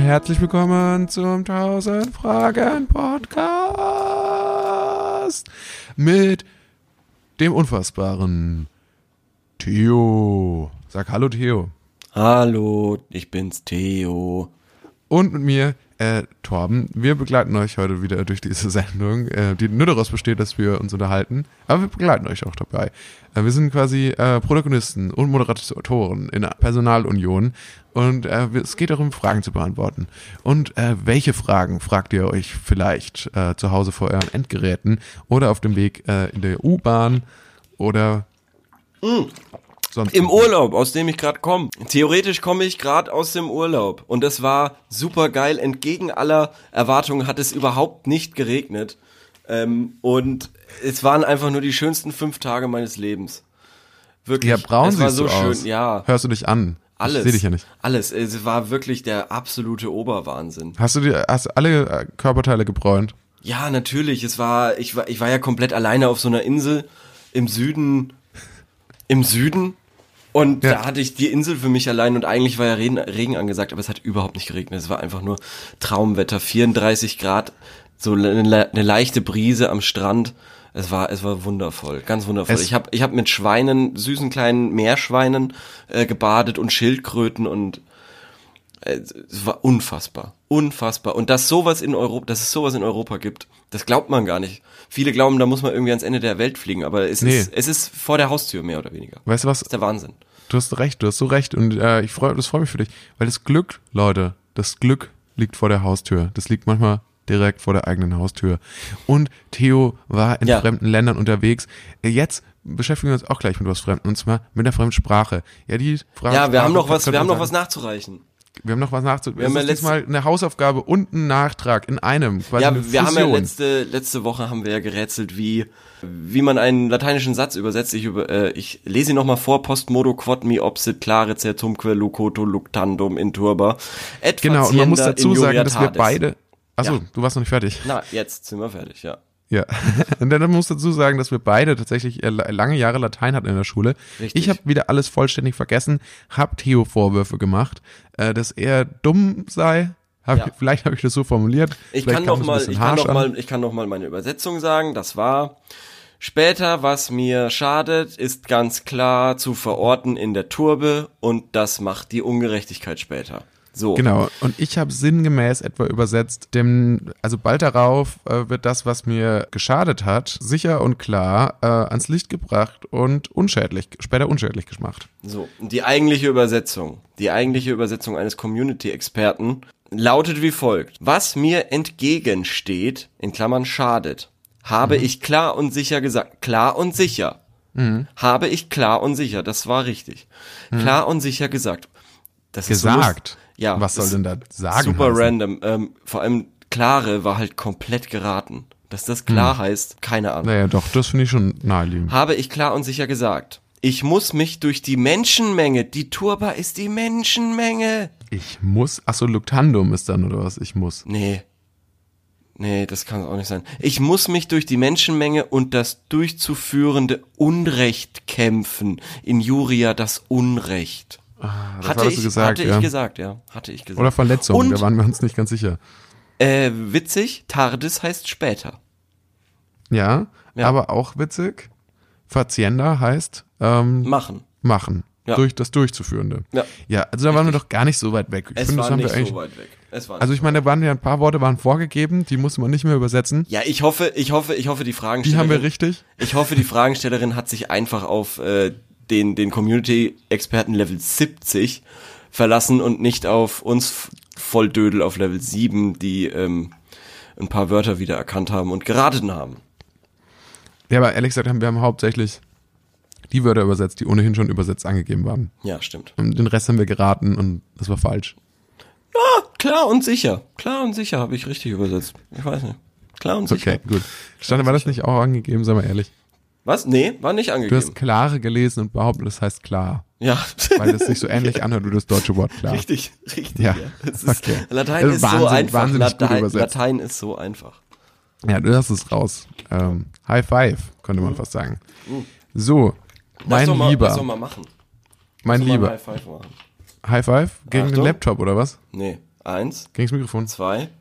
herzlich willkommen zum 1000 Fragen Podcast mit dem unfassbaren Theo. Sag hallo Theo. Hallo, ich bin's Theo. Und mit mir Torben. Wir begleiten euch heute wieder durch diese Sendung, die nur daraus besteht, dass wir uns unterhalten, aber wir begleiten euch auch dabei. Wir sind quasi Protagonisten und Moderatoren in einer Personalunion und es geht darum, Fragen zu beantworten. Und welche Fragen fragt ihr euch vielleicht zu Hause vor euren Endgeräten oder auf dem Weg in der U-Bahn oder sonst im Urlaub, aus dem ich gerade komme. Theoretisch komme ich gerade aus dem Urlaub und es war super geil. Entgegen aller Erwartungen hat es überhaupt nicht geregnet und es waren einfach nur die schönsten 5 Tage meines Lebens. Wirklich. Ja, braun es war siehst so du schön. aus. Ja. Hörst du dich an? Alles. Ich sehe dich ja nicht. Alles. Es war wirklich der absolute Oberwahnsinn. Hast du alle Körperteile gebräunt? Ja, natürlich. Ich war ja komplett alleine auf so einer Insel im Süden. Und da hatte ich die Insel für mich allein und eigentlich war ja Regen angesagt, aber es hat überhaupt nicht geregnet. Es war einfach nur Traumwetter, 34 Grad, so eine leichte Brise am Strand. Es war wundervoll, ganz wundervoll. Ich hab mit Schweinen, süßen kleinen Meerschweinen gebadet und Schildkröten und es war unfassbar. Und dass es sowas in Europa gibt, das glaubt man gar nicht. Viele glauben, da muss man irgendwie ans Ende der Welt fliegen, aber es ist vor der Haustür, mehr oder weniger. Weißt du was? Das ist der Wahnsinn. Du hast so recht und das freut mich für dich, weil das Glück liegt vor der Haustür. Das liegt manchmal direkt vor der eigenen Haustür. Und Theo war in fremden Ländern unterwegs. Jetzt beschäftigen wir uns auch gleich mit was Fremden, und zwar mit der Fremdsprache. Wir haben noch was nachzureichen. Wir haben noch was nachzureichen. Das ist diesmal eine Hausaufgabe und ein Nachtrag in einem. Quasi wir haben ja letzte Woche haben wir ja gerätselt, wie man einen lateinischen Satz übersetzt. Ich lese ihn nochmal vor. Post modo quod mi obsit clare certumque locuto luctandum in turba. Genau, und man muss dazu sagen, dass wir beide... Achso, Du warst noch nicht fertig. Na, jetzt sind wir fertig, ja. Ja, und dann muss dazu sagen, dass wir beide tatsächlich lange Jahre Latein hatten in der Schule. Richtig. Ich habe wieder alles vollständig vergessen, habe Theo Vorwürfe gemacht, dass er dumm sei. Vielleicht habe ich das so formuliert. Ich kann noch mal meine Übersetzung sagen. Das war: Später, was mir schadet, ist ganz klar zu verorten in der Turbe und das macht die Ungerechtigkeit später. So. Genau, und ich habe sinngemäß etwa übersetzt, also bald darauf wird das, was mir geschadet hat, sicher und klar ans Licht gebracht und später unschädlich gemacht. So, die eigentliche Übersetzung eines Community-Experten lautet wie folgt: Was mir entgegensteht, in Klammern schadet, habe ich klar und sicher gesagt. Klar und sicher. Habe ich klar und sicher, das war richtig. Klar und sicher gesagt. Das gesagt? Ist so ja. Was soll denn da sagen? Super random. Vor allem klare war halt komplett geraten. Dass das klar heißt, keine Ahnung. Naja, doch, das finde ich schon naheliegend. Habe ich klar und sicher gesagt. Ich muss mich durch die Menschenmenge, die Turba ist die Menschenmenge. Achso, Luctandum ist dann, oder was? Ich muss. Nee, das kann auch nicht sein. Ich muss mich durch die Menschenmenge und das durchzuführende Unrecht kämpfen. Injuria, das Unrecht. Hatte ich gesagt. Oder Verletzung, und, da waren wir uns nicht ganz sicher. Witzig, Tardis heißt später. Ja, aber auch witzig, Facienda heißt machen. Ja. Durch das Durchzuführende. Ja, also da waren wir doch gar nicht so weit weg. So weit weg. Also ich meine, da waren ja ein paar Worte vorgegeben, die musste man nicht mehr übersetzen. Ja, ich hoffe, die Fragestellerin... Die haben wir richtig. Ich hoffe, die Fragestellerin hat sich einfach auf den Community-Experten Level 70 verlassen und nicht auf uns Volldödel auf Level 7, die ein paar Wörter wieder erkannt haben und geraten haben. Ja, aber ehrlich gesagt, wir haben hauptsächlich die Wörter übersetzt, die ohnehin schon übersetzt angegeben waren. Ja, stimmt. Und den Rest haben wir geraten und das war falsch. Ja, klar und sicher habe ich richtig übersetzt. Ich weiß nicht. Klar und sicher. Okay, gut. War das nicht auch angegeben, sei mal ehrlich? Was? Nee, war nicht angegeben. Du hast klare gelesen und behauptet, das heißt klar. Ja. Weil das sich so ähnlich anhört wie das deutsche Wort klar. Richtig. Ja. Okay. Latein ist so einfach. Latein ist so einfach. Ja, du hast es raus. High Five, könnte man fast sagen. So, Lieber. Lass doch mal machen. Mein Lieber. High Five machen. High Five? Gegen den Laptop oder was? Nee. 1. Gegens Mikrofon. 2.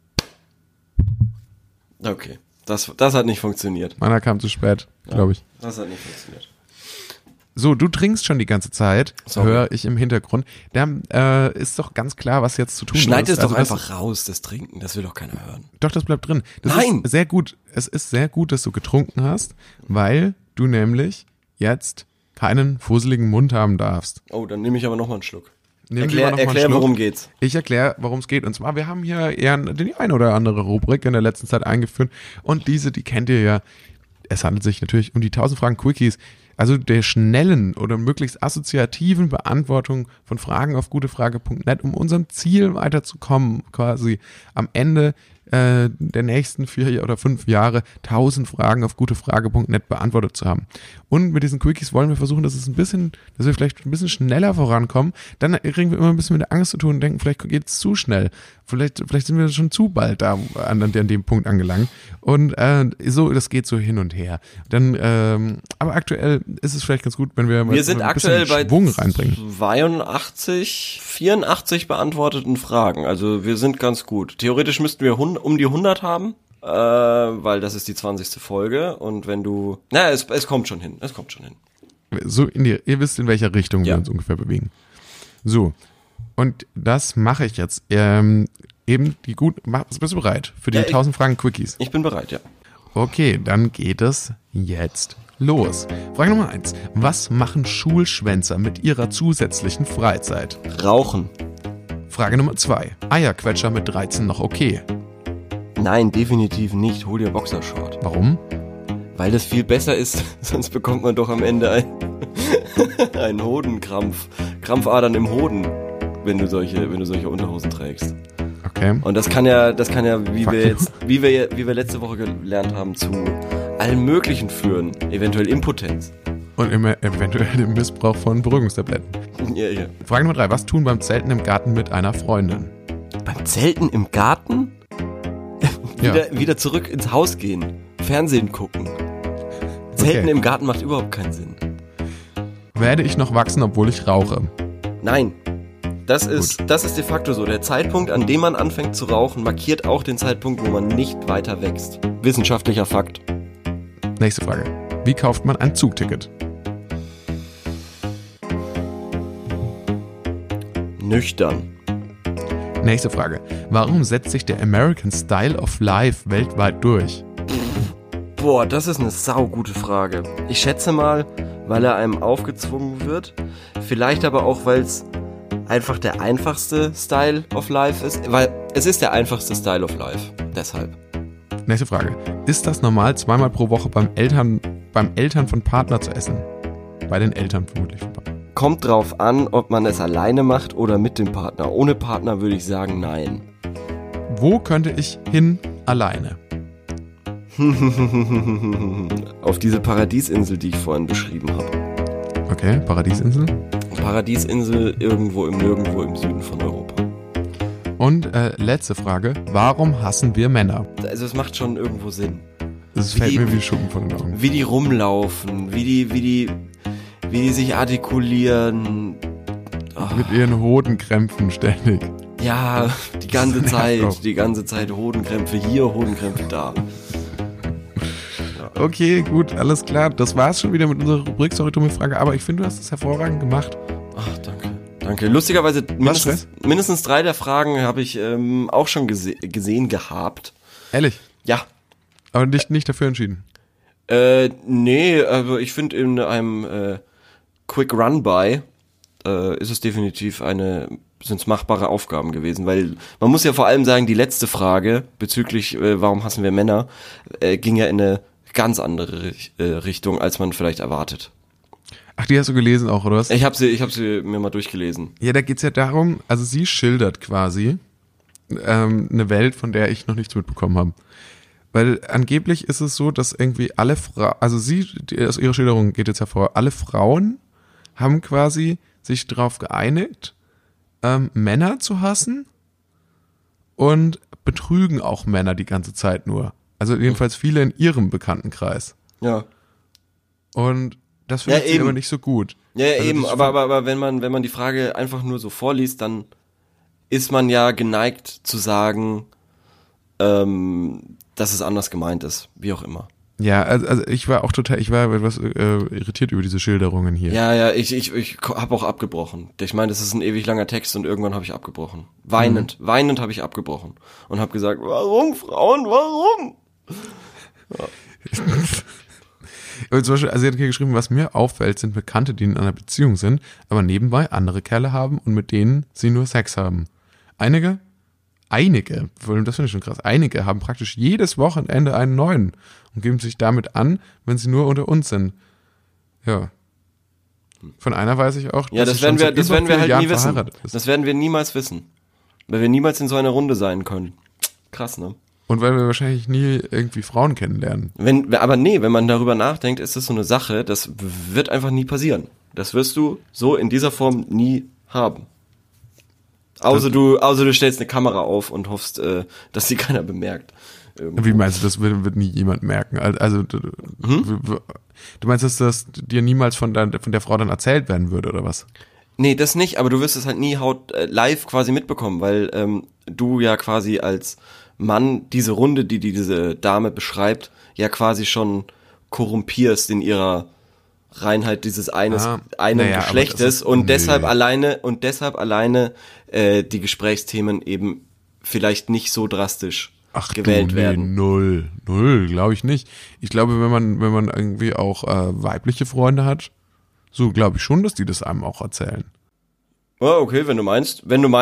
Okay, das hat nicht funktioniert. Meiner kam zu spät, glaube ich. Das hat nicht funktioniert. So, du trinkst schon die ganze Zeit, Sorry. höre ich im Hintergrund. Da ist doch ganz klar, was jetzt zu tun ist. Schneid es doch Also, einfach raus, das Trinken, das will doch keiner hören. Doch, das bleibt drin. Das Nein! Ist sehr gut. Es ist sehr gut, dass du getrunken hast, weil du nämlich jetzt keinen fusseligen Mund haben darfst. Oh, dann nehme ich aber nochmal einen Schluck. Nimm lieber noch mal einen Erklär, Schluck. worum geht's. Ich erkläre, worum es geht. Und zwar, wir haben hier eher die eine oder andere Rubrik in der letzten Zeit eingeführt. Und die kennt ihr ja. Es handelt sich natürlich um die 1000 Fragen Quickies. Also der schnellen oder möglichst assoziativen Beantwortung von Fragen auf gutefrage.net, um unserem Ziel weiterzukommen, quasi am Ende der nächsten 4 oder 5 Jahre 1000 Fragen auf gutefrage.net beantwortet zu haben. Und mit diesen Quickies wollen wir versuchen, dass wir vielleicht ein bisschen schneller vorankommen. Dann kriegen wir immer ein bisschen mit der Angst zu tun und denken, vielleicht geht es zu schnell. Vielleicht sind wir schon zu bald da an dem Punkt angelangt. Und das geht so hin und her. Dann, aber aktuell ist es vielleicht ganz gut, wenn wir Wir sind ein aktuell bisschen bei Schwung reinbringen. 84 beantworteten Fragen. Also wir sind ganz gut. Theoretisch müssten wir um die 100 haben, weil das ist die 20. Folge. Und wenn du... es kommt schon hin. Es kommt schon hin. So ihr wisst, in welcher Richtung wir Ja. uns ungefähr bewegen. So. Und das mache ich jetzt. Bist du bereit für die Ja, 1000 Fragen Quickies? Ich bin bereit, ja. Okay, dann geht es jetzt los. Frage Nummer 1. Was machen Schulschwänzer mit ihrer zusätzlichen Freizeit? Rauchen. Frage Nummer 2. Eierquetscher mit 13 noch okay. Nein, definitiv nicht. Hol dir Boxershort. Warum? Weil das viel besser ist, sonst bekommt man doch am Ende einen Hodenkrampf. Krampfadern im Hoden, wenn du solche Unterhosen trägst. Okay. Und das kann ja, wie wir letzte Woche gelernt haben, zu allem Möglichen führen. Eventuell Impotenz. Und immer eventuell den Missbrauch von Beruhigungstabletten. Ja. Frage Nummer 3. Was tun beim Zelten im Garten mit einer Freundin? Beim Zelten im Garten? Wieder zurück ins Haus gehen. Fernsehen gucken. Zelten im Garten macht überhaupt keinen Sinn. Werde ich noch wachsen, obwohl ich rauche? Nein. Das ist de facto so. Der Zeitpunkt, an dem man anfängt zu rauchen, markiert auch den Zeitpunkt, wo man nicht weiter wächst. Wissenschaftlicher Fakt. Nächste Frage. Wie kauft man ein Zugticket? Nüchtern. Nächste Frage. Warum setzt sich der American Style of Life weltweit durch? Boah, das ist eine saugute Frage. Ich schätze mal, weil er einem aufgezwungen wird. Vielleicht aber auch, weil es einfach der einfachste Style of Life ist. Weil es ist der einfachste Style of Life. Deshalb. Nächste Frage. Ist das normal, 2-mal pro Woche beim Eltern von Partner zu essen? Bei den Eltern vermutlich von Partner. Kommt drauf an, ob man es alleine macht oder mit dem Partner. Ohne Partner würde ich sagen, nein. Wo könnte ich hin alleine? Auf diese Paradiesinsel, die ich vorhin beschrieben habe. Okay, Paradiesinsel. Paradiesinsel irgendwo im Nirgendwo im Süden von Europa. Und letzte Frage. Warum hassen wir Männer? Also es macht schon irgendwo Sinn. Das fällt mir wie Schuppen von den Augen. Wie die rumlaufen, wie die sich artikulieren. Oh. Mit ihren Hodenkrämpfen ständig. Ja, die ganze Zeit Hodenkrämpfe hier, Hodenkrämpfe da. Okay, gut, alles klar. Das war's schon wieder mit unserer Rubrik Sorry, dumme Frage. Aber ich finde, du hast es hervorragend gemacht. Ach, danke. Lustigerweise mindestens 3 der Fragen habe ich auch schon gesehen gehabt. Ehrlich? Ja. Aber nicht dafür entschieden? Nee, also ich finde in einem Quick Run-By ist es definitiv sind es machbare Aufgaben gewesen, weil man muss ja vor allem sagen, die letzte Frage bezüglich warum hassen wir Männer, ging ja in eine ganz andere Richtung, als man vielleicht erwartet. Ach, die hast du gelesen auch, oder was? Ich hab sie mir mal durchgelesen. Ja, da geht's ja darum, also sie schildert quasi eine Welt, von der ich noch nichts mitbekommen habe. Weil angeblich ist es so, dass irgendwie alle Frauen, also aus ihrer Schilderung geht jetzt hervor, alle Frauen haben quasi sich darauf geeinigt, Männer zu hassen und betrügen auch Männer die ganze Zeit nur. Also jedenfalls viele in ihrem Bekanntenkreis. Ja. Und das finde ich aber nicht so gut. Ja, also eben, aber wenn man die Frage einfach nur so vorliest, dann ist man ja geneigt zu sagen, dass es anders gemeint ist, wie auch immer. Ja, also ich war etwas irritiert über diese Schilderungen hier. Ja, ich habe auch abgebrochen. Ich meine, das ist ein ewig langer Text und irgendwann habe ich abgebrochen. Weinend habe ich abgebrochen und habe gesagt, warum Frauen, warum? Ja. Zum Beispiel, also sie hat hier geschrieben, was mir auffällt, sind Bekannte, die in einer Beziehung sind, aber nebenbei andere Kerle haben und mit denen sie nur Sex haben. Einige, das finde ich schon krass, einige haben praktisch jedes Wochenende einen neuen und geben sich damit an, wenn sie nur unter uns sind. Ja. Von einer weiß ich auch, ja, das werden wir halt nie wissen. Das werden wir niemals wissen. Weil wir niemals in so einer Runde sein können. Krass, ne? Und weil wir wahrscheinlich nie irgendwie Frauen kennenlernen. Wenn man darüber nachdenkt, ist das so eine Sache, das wird einfach nie passieren. Das wirst du so in dieser Form nie haben. Außer du stellst eine Kamera auf und hoffst, dass sie keiner bemerkt. Irgendwo. Wie meinst du, das wird nie jemand merken? Also du meinst, dass das dir niemals von der Frau dann erzählt werden würde, oder was? Nee, das nicht, aber du wirst es halt nie live quasi mitbekommen, weil du ja quasi als Mann diese Runde, die diese Dame beschreibt, ja quasi schon korrumpierst in ihrer Reinheit dieses einen Geschlechtes und deshalb alleine die Gesprächsthemen eben vielleicht nicht so drastisch gewählt werden. Null, glaube ich nicht. Ich glaube, wenn man irgendwie auch weibliche Freunde hat, so glaube ich schon, dass die das einem auch erzählen. Oh, okay, wenn du meinst.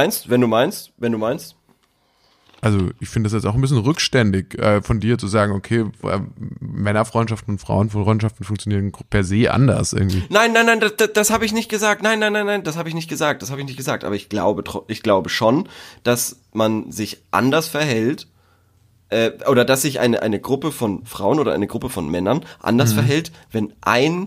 Also ich finde das jetzt auch ein bisschen rückständig von dir zu sagen, okay, Männerfreundschaften und Frauenfreundschaften funktionieren per se anders irgendwie. Nein, das habe ich nicht gesagt. Nein, das habe ich nicht gesagt. Aber ich glaube schon, dass man sich anders verhält oder dass sich eine Gruppe von Frauen oder eine Gruppe von Männern anders verhält, wenn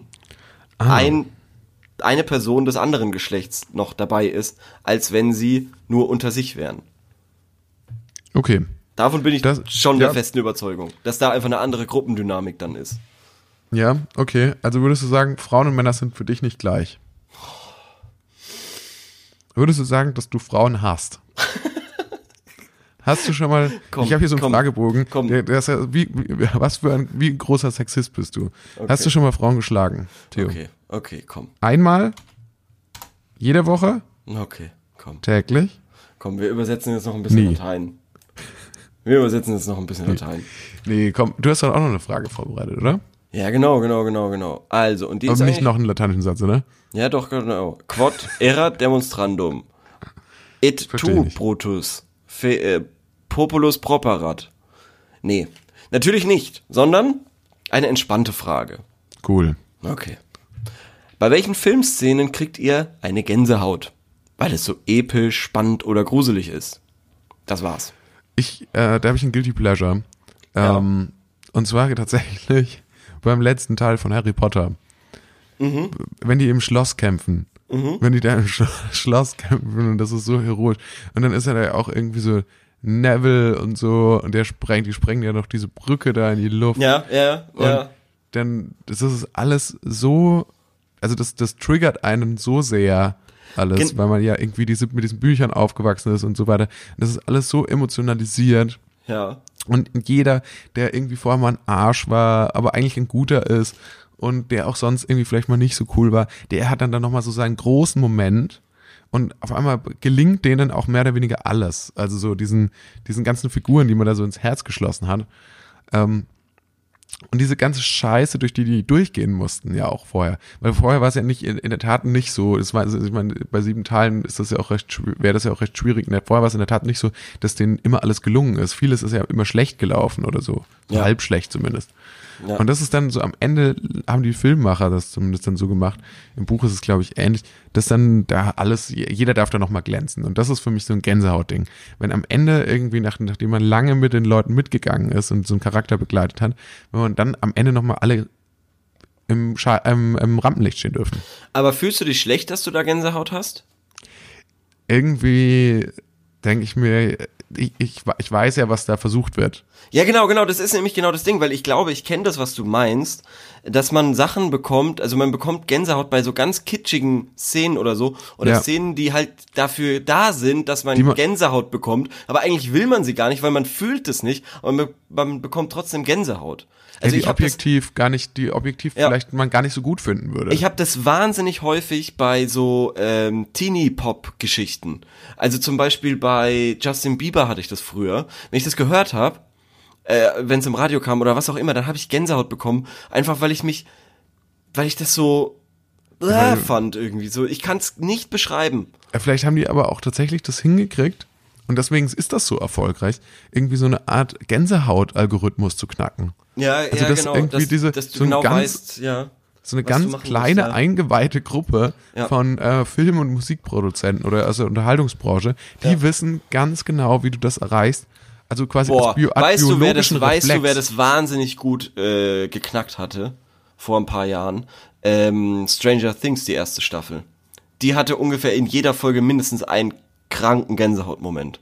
eine Person des anderen Geschlechts noch dabei ist, als wenn sie nur unter sich wären. Okay. Davon bin ich schon der festen Überzeugung, dass da einfach eine andere Gruppendynamik dann ist. Ja, okay. Also würdest du sagen, Frauen und Männer sind für dich nicht gleich? Würdest du sagen, dass du Frauen hasst? Hast du schon mal, ich habe hier so einen Fragebogen, der ist ja, wie großer Sexist bist du? Okay. Hast du schon mal Frauen geschlagen, Theo? Okay, komm. Einmal? Jede Woche? Okay, komm. Täglich? Komm, wir übersetzen jetzt noch ein bisschen Latein. Nee, komm, du hast doch auch noch eine Frage vorbereitet, oder? Ja, genau. Also, und die ist nicht noch einen lateinischen Satz, oder? Ja, doch, genau. Quod erat demonstrandum. Et tu, Brutus. Populus properat. Nee, natürlich nicht, sondern eine entspannte Frage. Cool. Okay. Bei welchen Filmszenen kriegt ihr eine Gänsehaut? Weil es so episch, spannend oder gruselig ist. Das war's. Da habe ich ein Guilty Pleasure. Und zwar tatsächlich beim letzten Teil von Harry Potter. Mhm. Wenn die im Schloss kämpfen. Mhm. Wenn die da im Schloss kämpfen und das ist so heroisch. Und dann ist er da ja auch irgendwie so Neville und so und die sprengen ja noch diese Brücke da in die Luft. Ja. Und dann, das ist alles so, also das triggert einen so sehr alles, weil man ja irgendwie mit diesen Büchern aufgewachsen ist und so weiter. Das ist alles so emotionalisiert. Ja. Und jeder, der irgendwie vorher mal ein Arsch war, aber eigentlich ein guter ist und der auch sonst irgendwie vielleicht mal nicht so cool war, der hat dann nochmal so seinen großen Moment und auf einmal gelingt denen auch mehr oder weniger alles. Also so diesen ganzen Figuren, die man da so ins Herz geschlossen hat. Und diese ganze Scheiße, durch die durchgehen mussten, ja auch vorher. Weil vorher war es ja nicht in der Tat nicht so. Ich meine, bei 7 Teilen wäre das ja auch recht schwierig. Vorher war es in der Tat nicht so, dass denen immer alles gelungen ist. Vieles ist ja immer schlecht gelaufen oder so. Ja. Halb schlecht zumindest. Ja. Und das ist dann so am Ende, haben die Filmmacher das zumindest dann so gemacht. Im Buch ist es, glaube ich, ähnlich, dass dann da alles, jeder darf da nochmal glänzen. Und das ist für mich so ein Gänsehautding. Wenn am Ende irgendwie, nachdem man lange mit den Leuten mitgegangen ist und so einen Charakter begleitet hat, wenn man dann am Ende nochmal alle im Rampenlicht stehen dürfen. Aber fühlst du dich schlecht, dass du da Gänsehaut hast? Irgendwie denke ich mir, ich weiß ja, was da versucht wird. Ja, genau, das ist nämlich genau das Ding, weil ich glaube, ich kenne das, was du meinst, dass man Sachen bekommt, also man bekommt Gänsehaut bei so ganz kitschigen Szenen oder so, oder Ja. Szenen, die halt dafür da sind, dass man Gänsehaut bekommt, aber eigentlich will man sie gar nicht, weil man fühlt es nicht, aber man bekommt trotzdem Gänsehaut. Also die objektiv Ja. vielleicht man gar nicht so gut finden würde. Ich habe das wahnsinnig häufig bei so Teenie-Pop-Geschichten. Also zum Beispiel bei Justin Bieber hatte ich das früher. Wenn ich das gehört habe, wenn es im Radio kam oder was auch immer, dann habe ich Gänsehaut bekommen, einfach weil ich das so fand irgendwie. So, ich kann es nicht beschreiben. Vielleicht haben die aber auch tatsächlich das hingekriegt und deswegen ist das so erfolgreich, irgendwie so eine Art Gänsehaut-Algorithmus zu knacken. Ja, Also ja, das genau. irgendwie dass du genau weißt, ja. So eine was du ganz machen kleine, musst, ja. eingeweihte Gruppe Ja. von Film- und Musikproduzenten oder aus der Unterhaltungsbranche, die wissen ganz genau, wie du das erreichst. Also quasi Boah, als weißt du, wer Reflex. das wahnsinnig gut geknackt hatte vor ein paar Jahren? Stranger Things, die erste Staffel. Die hatte ungefähr in jeder Folge mindestens einen kranken Gänsehautmoment.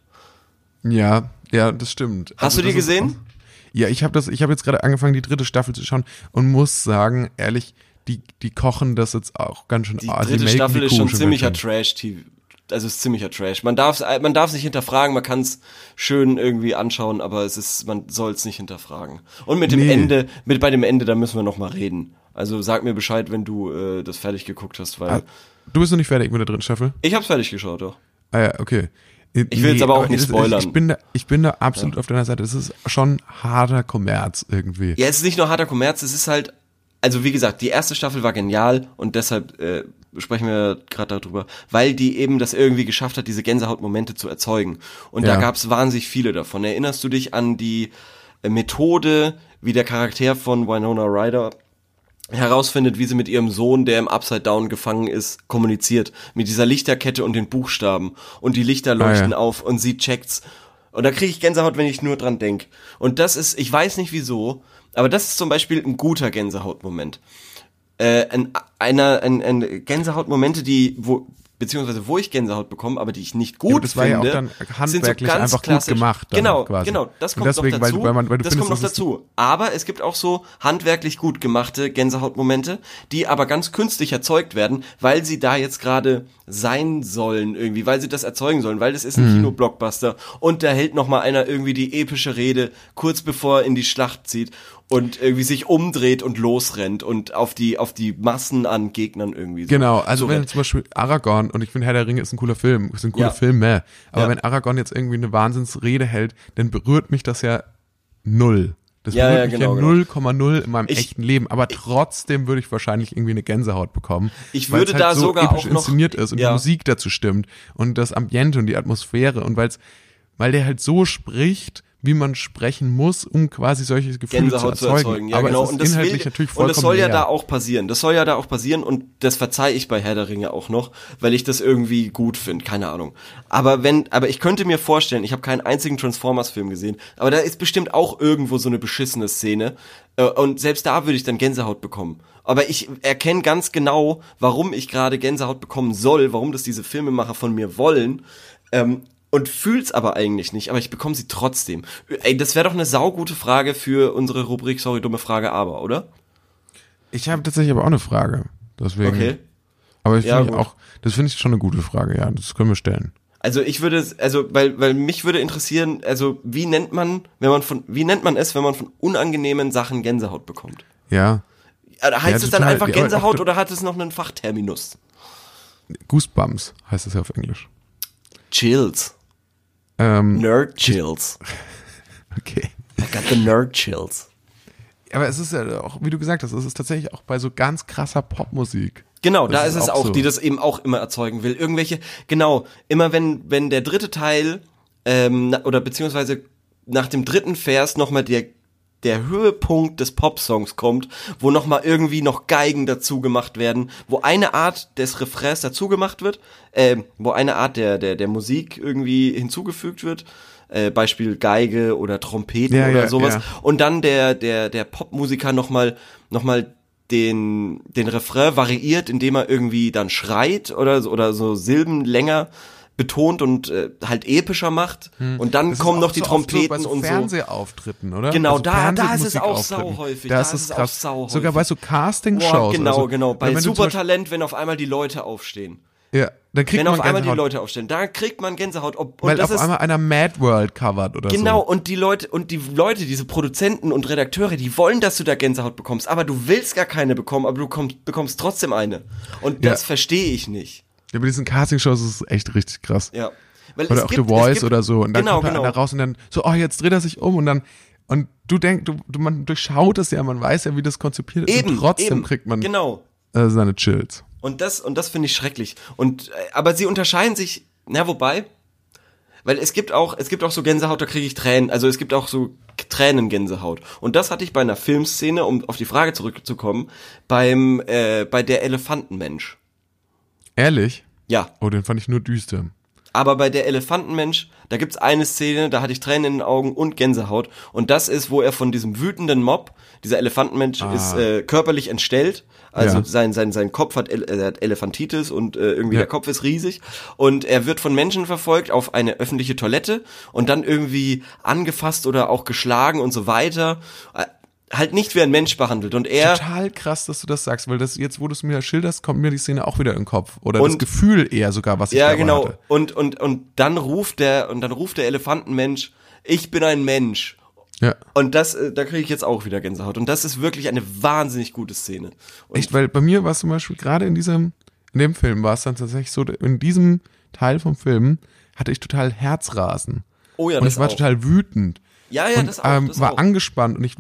Ja, das stimmt. Hast du die das ist gesehen? auch- Ja, ich habe jetzt gerade angefangen, die 3. Staffel zu schauen und muss sagen, ehrlich, die kochen das jetzt auch ganz schön. Die die 3. melken Staffel die ist Kuh schon ziemlicher ganz schön. Trash-TV. Also ist ziemlicher Trash. Man darf sich hinterfragen, man kann es schön irgendwie anschauen, aber man soll es nicht hinterfragen. Und mit dem Nee. bei dem Ende, da müssen wir noch mal reden. Also sag mir Bescheid, wenn du das fertig geguckt hast, weil Du bist noch nicht fertig mit der 3. Staffel? ich hab's fertig geschaut, doch. Ah ja, okay. Ich will jetzt aber auch nicht spoilern. Ich bin da absolut auf deiner Seite. Es ist schon harter Kommerz irgendwie. Ja, es ist nicht nur harter Kommerz, es ist halt, also wie gesagt, die erste Staffel war genial und deshalb sprechen wir gerade darüber, weil die eben das irgendwie geschafft hat, diese Gänsehautmomente zu erzeugen. Und da Ja. gab's wahnsinnig viele davon. Erinnerst du dich an die Methode, wie der Charakter von Winona Ryder herausfindet, wie sie mit ihrem Sohn, der im Upside Down gefangen ist, kommuniziert. Mit dieser Lichterkette und den Buchstaben. Und die Lichter leuchten auf und sie checkt's. Und da kriege ich Gänsehaut, wenn ich nur dran denk. Und das ist, ich weiß nicht wieso, aber das ist zum Beispiel ein guter Gänsehautmoment. Ein Gänsehautmomente, beziehungsweise wo ich Gänsehaut bekomme, aber die ich nicht gut Ja, das war finde, ja auch dann sind handwerklich ganz einfach klassisch. gut gemacht. Dann Genau, quasi. das Und kommt deswegen, noch dazu. weil du das findest, kommt noch das ist- dazu. Aber es gibt auch so handwerklich gut gemachte Gänsehautmomente, die aber ganz künstlich erzeugt werden, weil sie da jetzt gerade sein sollen irgendwie, weil sie das erzeugen sollen, weil das ist ein Kino-Blockbuster und da hält noch mal einer irgendwie die epische Rede, kurz bevor er in die Schlacht zieht und irgendwie sich umdreht und losrennt und auf die Massen an Gegnern irgendwie so. Genau, also so wenn rennt. zum Beispiel Aragorn, und ich finde Herr der Ringe ist ein cooler Film, ist ein cooler Ja. Film mehr, aber Ja. wenn Aragorn jetzt irgendwie eine Wahnsinnsrede hält, dann berührt mich das ja null. Das Ja, berührt ja, mich genau, ja genau. 0,0 in meinem Ich- echten Leben, aber trotzdem würde ich wahrscheinlich irgendwie eine Gänsehaut bekommen. Ich weil's würde halt da so sogar episch auch noch- inszeniert ist und ja. die Musik dazu stimmt und das Ambiente und die Atmosphäre und weil der halt so spricht, wie man sprechen muss, um quasi solche Gefühle Gänsehaut zu erzeugen. Ja, aber genau. es ist Und das inhaltlich will, natürlich und vollkommen das soll ja leer. da auch passieren. Und das verzeihe ich bei Herr der Ringe auch noch, weil ich das irgendwie gut finde. Keine Ahnung. Aber ich könnte mir vorstellen, ich habe keinen einzigen Transformers-Film gesehen, aber da ist bestimmt auch irgendwo so eine beschissene Szene. Und selbst da würde ich dann Gänsehaut bekommen. Aber ich erkenne ganz genau, warum ich gerade Gänsehaut bekommen soll, warum das diese Filmemacher von mir wollen. Und fühl's aber eigentlich nicht, aber ich bekomme sie trotzdem. Ey, das wäre doch eine saugute Frage für unsere Rubrik, sorry, dumme Frage, aber, oder? Ich habe tatsächlich aber auch eine Frage. Deswegen. Okay. Aber Ja, gut. das finde ich schon eine gute Frage, ja. Das können wir stellen. Also weil mich würde interessieren, also wie nennt man es, wenn man von unangenehmen Sachen Gänsehaut bekommt? Ja. Heißt es dann total. einfach Ja, Gänsehaut auch- oder hat es noch einen Fachterminus? Goosebumps heißt es ja auf Englisch. Chills. Nerd Chills. Okay. I got the Nerd Chills. Aber es ist ja auch, wie du gesagt hast, es ist tatsächlich auch bei so ganz krasser Popmusik. Genau, Das da ist ist es auch auch, so. die das eben auch immer erzeugen will. Immer wenn der dritte Teil, oder beziehungsweise nach dem dritten Vers nochmal der Höhepunkt des Popsongs kommt, wo nochmal irgendwie noch Geigen dazu gemacht werden, wo eine Art des Refrains dazu gemacht wird, wo eine Art der Musik irgendwie hinzugefügt wird, Beispiel Geige oder Trompeten Ja, oder ja, sowas, ja. und dann der Popmusiker nochmal den Refrain variiert, indem er irgendwie dann schreit oder so Silben länger betont und halt epischer macht. Und dann Das kommen ist noch auch die so oft Trompeten so bei so und so. Fernsehauftritten, oder? Genau, Also da ist es auch Fernsehmusikauftritten. sauhäufig. Da Da ist ist es es auch krass. sauhäufig. Sogar bei so Castingshows. Boah, oder genau, so. genau. Oder Bei wenn du zum Beispiel- Supertalent, wenn auf einmal die Leute aufstehen. Ja, dann kriegt Wenn man auf einmal die Gänsehaut, Leute aufstehen, da kriegt man Gänsehaut. Und weil das auf ist einmal einer Mad World covert oder genau, so. und die Leute, diese Produzenten und Redakteure, die wollen, dass du da Gänsehaut bekommst, aber du willst gar keine bekommen, aber du bekommst trotzdem eine. Und das Ja. verstehe ich nicht. Ja, bei diesen Castingshows ist es echt richtig krass. Ja. Weil Oder es auch gibt, The Voice es gibt, oder so. Und dann genau, kommt da einer raus und dann so, oh, jetzt dreht er sich um und dann, und du denkst, man durchschaut es ja, man weiß ja, wie das konzipiert ist. Eben, und trotzdem eben, kriegt man genau. Seine Chills. Und das finde ich schrecklich. Aber sie unterscheiden sich, wobei, weil es gibt auch so Gänsehaut, da kriege ich Tränen, also es gibt auch so Tränengänsehaut. Und das hatte ich bei einer Filmszene, um auf die Frage zurückzukommen, bei der Elefantenmensch. Ehrlich? Ja. Oh, den fand ich nur düster. Aber bei der Elefantenmensch, da gibt's eine Szene, da hatte ich Tränen in den Augen und Gänsehaut. Und das ist, wo er von diesem wütenden Mob, dieser Elefantenmensch ist körperlich entstellt. Also Ja. sein Kopf hat Elefantitis und irgendwie Ja. der Kopf ist riesig. Und er wird von Menschen verfolgt auf eine öffentliche Toilette und dann irgendwie angefasst oder auch geschlagen und so weiter. Halt nicht wie ein Mensch behandelt. Und er... Total krass, dass du das sagst, weil das jetzt, wo du es mir schilderst, kommt mir die Szene auch wieder in den Kopf. Oder Und- das Gefühl eher sogar, was ich Ja, da genau. hatte. Und dann ruft der Elefantenmensch, ich bin ein Mensch. Ja. Und das, da kriege ich jetzt auch wieder Gänsehaut. Und das ist wirklich eine wahnsinnig gute Szene. Und Echt, weil bei mir war es zum Beispiel gerade in dem Film war es dann tatsächlich so, in diesem Teil vom Film hatte ich total Herzrasen. oh ja, Und das ich war auch. total wütend. Ja, ja, Und das auch. Das war auch. angespannt und ich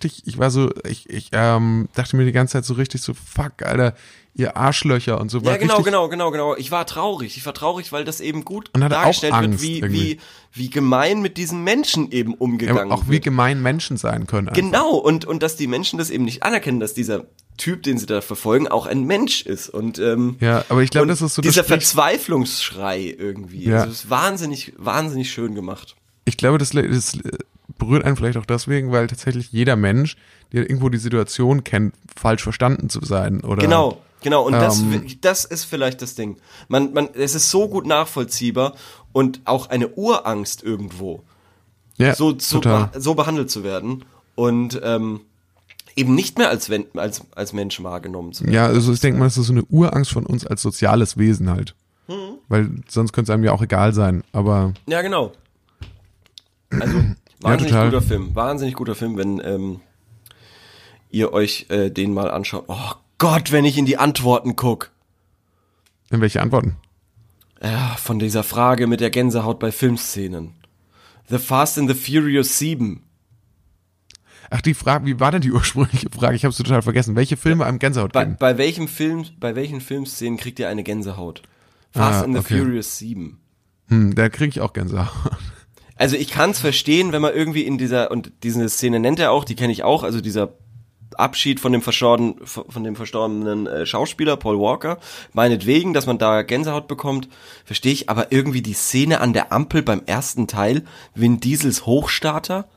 dachte mir die ganze Zeit so richtig so, fuck, Alter, ihr Arschlöcher und so. War Ja, genau, richtig, genau. Ich war traurig, weil das eben gut Und hatte auch dargestellt wird, Angst irgendwie. wie gemein mit diesen Menschen eben Ja, umgegangen auch wie wird. gemein Menschen sein können. einfach. Genau, und dass die Menschen das eben nicht anerkennen, dass dieser Typ, den sie da verfolgen, auch ein Mensch ist. Und Ja, aber ich glaube, und das ist so dieser das spricht- Verzweiflungsschrei irgendwie. Ja. Also es ist wahnsinnig, wahnsinnig schön gemacht. Ich glaube, das berührt einen vielleicht auch deswegen, weil tatsächlich jeder Mensch, der irgendwo die Situation kennt, falsch verstanden zu sein. Oder Genau. Und Ähm, das ist vielleicht das Ding. Es ist so gut nachvollziehbar und auch eine Urangst irgendwo, Ja, so total. behandelt zu werden und eben nicht mehr als Mensch wahrgenommen zu werden. Ja, also ich denke mal, das ist so eine Urangst von uns als soziales Wesen halt. Weil sonst könnte es einem ja auch egal sein. Aber Ja, genau. Also, wahnsinnig total. guter Film. Wahnsinnig guter Film, wenn ihr euch den mal anschaut. Oh Gott, wenn ich in die Antworten guck. in welche Antworten? Ja, von dieser Frage mit der Gänsehaut bei Filmszenen. The Fast and the Furious 7. Ach, die Frage, wie war denn die ursprüngliche Frage? Ich habe es total vergessen. Welche Filme einem Gänsehaut geben? Bei welchen Filmszenen kriegt ihr eine Gänsehaut? Fast and the okay. Furious 7. Da kriege ich auch Gänsehaut. Also ich kann es verstehen, wenn man irgendwie und diese Szene nennt er auch, die kenne ich auch, also dieser Abschied von dem verstorbenen Schauspieler Paul Walker, meinetwegen, dass man da Gänsehaut bekommt, verstehe ich, aber irgendwie die Szene an der Ampel beim ersten Teil, Vin Diesels Hochstarter,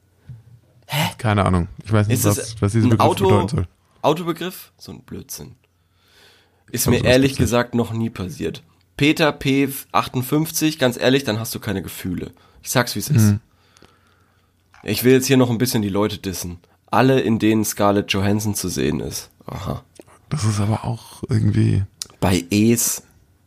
Keine Ahnung. Ich weiß nicht, ist das was dieser ein Begriff bedeuten soll. Autobegriff? So ein Blödsinn. Ist glaub, mir sowas ehrlich gibt's nicht. gesagt noch nie passiert. Peter P58, ganz ehrlich, dann hast du keine Gefühle. Ich sag's, wie es ist. Ich will jetzt hier noch ein bisschen die Leute dissen. Alle, in denen Scarlett Johansson zu sehen ist. Aha. Das ist aber auch irgendwie... Bei Es.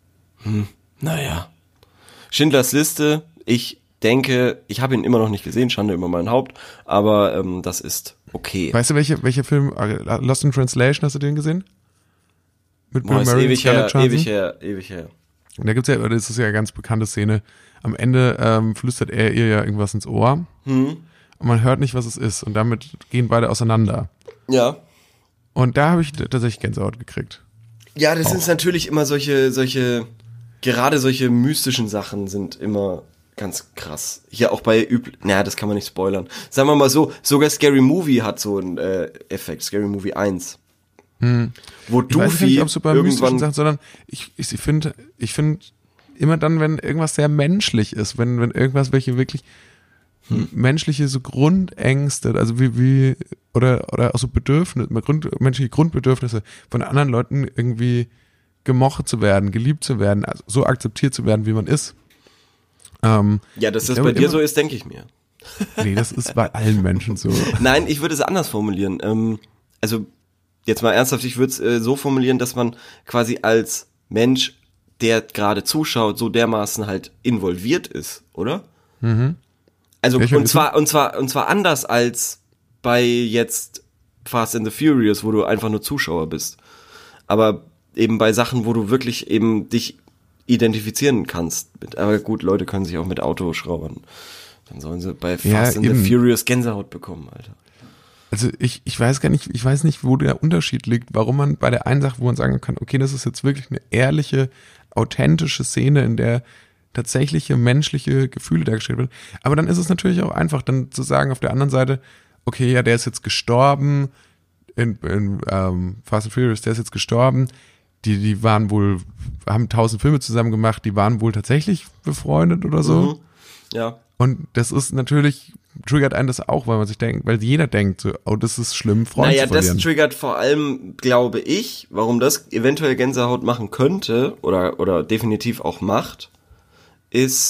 Naja. Schindlers Liste. Ich denke, ich habe ihn immer noch nicht gesehen, Schande über mein Haupt, aber das ist okay. Weißt du, welcher Film, Lost in Translation, hast du den gesehen? Mit Boah, ist Murray und ewig her, Scarlett Johansson? ewig her. Und da gibt's ja, das ist ja eine ganz bekannte Szene. Am Ende flüstert er ihr ja irgendwas ins Ohr. Und man hört nicht, was es ist. Und damit gehen beide auseinander. Ja. Und da habe ich tatsächlich Gänsehaut gekriegt. Ja, das sind natürlich immer gerade solche mystischen Sachen sind immer ganz krass. Hier auch bei das kann man nicht spoilern. Sagen wir mal so, sogar Scary Movie hat so einen Effekt, Scary Movie 1. Wo Ich weiß nicht, ob es so bei mystischen irgendwann Sachen, sondern ich finde immer dann, wenn irgendwas sehr menschlich ist, wenn irgendwas welche wirklich menschliche so Grundängste, also wie oder auch so Bedürfnisse, menschliche Grundbedürfnisse von anderen Leuten irgendwie gemocht zu werden, geliebt zu werden, also so akzeptiert zu werden, wie man ist. Ja, dass das bei dir so ist, denke ich mir. Nee, das ist bei allen Menschen so. Nein, ich würde es anders formulieren. Also jetzt mal ernsthaft, ich würde es so formulieren, dass man quasi als Mensch, der gerade zuschaut, so dermaßen halt involviert ist, oder? Mhm. Also Welcher und zwar anders als bei jetzt Fast and the Furious, wo du einfach nur Zuschauer bist. Aber eben bei Sachen, wo du wirklich eben dich identifizieren kannst. Aber gut, Leute können sich auch mit Autoschraubern. Dann sollen sie bei Fast and the Furious Gänsehaut bekommen, Alter. Also ich weiß gar nicht, ich weiß nicht, wo der Unterschied liegt, warum man bei der einen Sache, wo man sagen kann, okay, das ist jetzt wirklich eine ehrliche, authentische Szene, in der tatsächliche menschliche Gefühle dargestellt werden. Aber dann ist es natürlich auch einfach, dann zu sagen auf der anderen Seite, okay, ja, der ist jetzt gestorben, in Fast and Furious, der ist jetzt gestorben, die waren wohl, haben 1000 Filme zusammen gemacht, die waren wohl tatsächlich befreundet oder so. Mhm. Ja. Und das ist natürlich, triggert einen das auch, weil man sich denkt, weil jeder denkt so, oh, das ist schlimm, Freunde zu verlieren. Das triggert vor allem, glaube ich, warum das eventuell Gänsehaut machen könnte oder definitiv auch macht, ist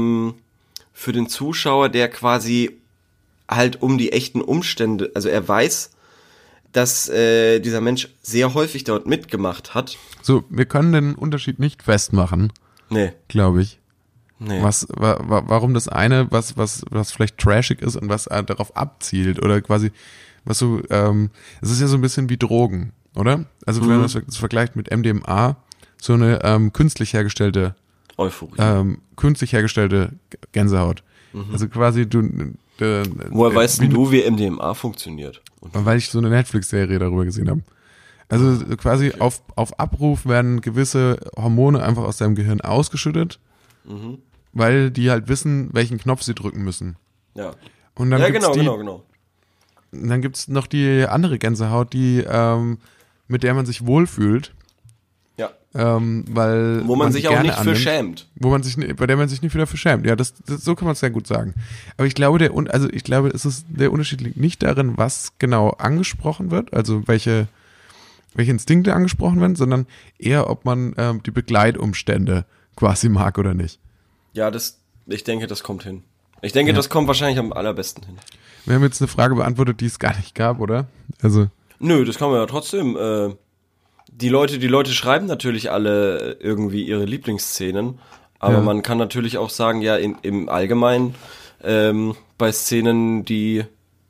für den Zuschauer, der quasi halt um die echten Umstände, also er weiß, dass dieser Mensch sehr häufig dort mitgemacht hat. So, wir können den Unterschied nicht festmachen. Nee. Glaube ich. Nee. Warum das eine, was vielleicht trashig ist und was darauf abzielt oder quasi, was so, es ist ja so ein bisschen wie Drogen, oder? Also wenn man das vergleicht mit MDMA, so eine künstlich hergestellte Euphorie. Künstlich hergestellte Gänsehaut. Also quasi Woher weißt du, wie MDMA funktioniert? Weil ich so eine Netflix-Serie darüber gesehen habe. Also quasi auf Abruf werden gewisse Hormone einfach aus deinem Gehirn ausgeschüttet, weil die halt wissen, welchen Knopf sie drücken müssen. Ja. Und dann Ja, gibt's genau. Und dann gibt's noch die andere Gänsehaut, die mit der man sich wohlfühlt. Ja. Weil wo man sich auch nicht für schämt. Bei der man sich nicht wieder für schämt. Ja, so kann man es sehr gut sagen. Aber ich glaube, der Unterschied liegt nicht darin, was genau angesprochen wird, also welche Instinkte angesprochen werden, sondern eher, ob man die Begleitumstände quasi mag oder nicht. Ja, ich denke, das kommt hin. Ich denke, das kommt wahrscheinlich am allerbesten hin. Wir haben jetzt eine Frage beantwortet, die es gar nicht gab, oder? Also. Nö, das kann man ja trotzdem. Die Leute schreiben natürlich alle irgendwie ihre Lieblingsszenen, aber man kann natürlich auch sagen, ja, im Allgemeinen bei Szenen, die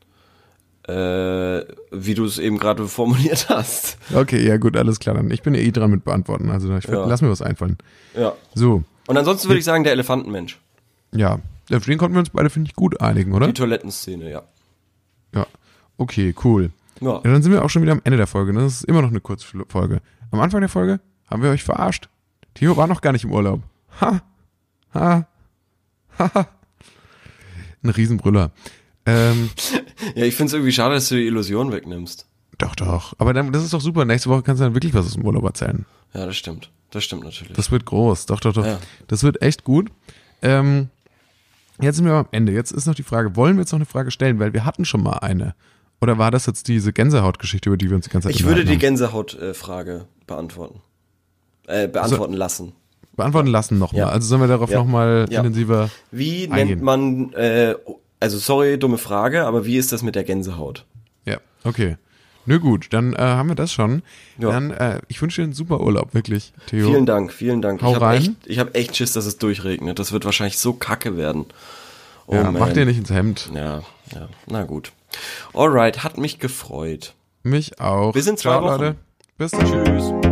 wie du es eben gerade formuliert hast. Okay, ja gut, alles klar dann. Ich bin ja dran mit beantworten, also lass mir was einfallen. Ja. So. Und ansonsten würde ich sagen, der Elefantenmensch. Ja, auf den konnten wir uns beide, finde ich, gut einigen, oder? Die Toilettenszene, ja. Ja, okay, cool. Ja. Dann sind wir auch schon wieder am Ende der Folge. Das ist immer noch eine Kurzfolge. Am Anfang der Folge haben wir euch verarscht. Theo war noch gar nicht im Urlaub. Ha. Ein Riesenbrüller. Ja, ich finde es irgendwie schade, dass du die Illusion wegnimmst. Doch. Aber das ist doch super. Nächste Woche kannst du dann wirklich was aus dem Urlaub erzählen. Ja, das stimmt. Das stimmt natürlich. Das wird groß. Doch. Ja. Das wird echt gut. Jetzt sind wir am Ende. Jetzt ist noch die Frage, wollen wir jetzt noch eine Frage stellen? Weil wir hatten schon mal eine. Oder war das jetzt diese Gänsehautgeschichte, über die wir uns die ganze Zeit Ich würde die Gänsehaut-Frage beantworten. Beantworten lassen. Beantworten lassen nochmal. Ja. Also sollen wir darauf nochmal intensiver Wie eingehen? nennt man, also sorry, dumme Frage, aber wie ist das mit der Gänsehaut? Ja, okay. Nö gut, dann haben wir das schon. Ja. Dann, ich wünsche dir einen super Urlaub, wirklich, Theo. Vielen Dank. Hau rein. Ich hab echt Schiss, dass es durchregnet. Das wird wahrscheinlich so kacke werden. Oh, ja, man. mach dir nicht ins Hemd. Ja, na gut. Alright, hat mich gefreut. Mich auch. Bis in 2 Ciao, Wochen. Leute. Bis dann. Tschüss.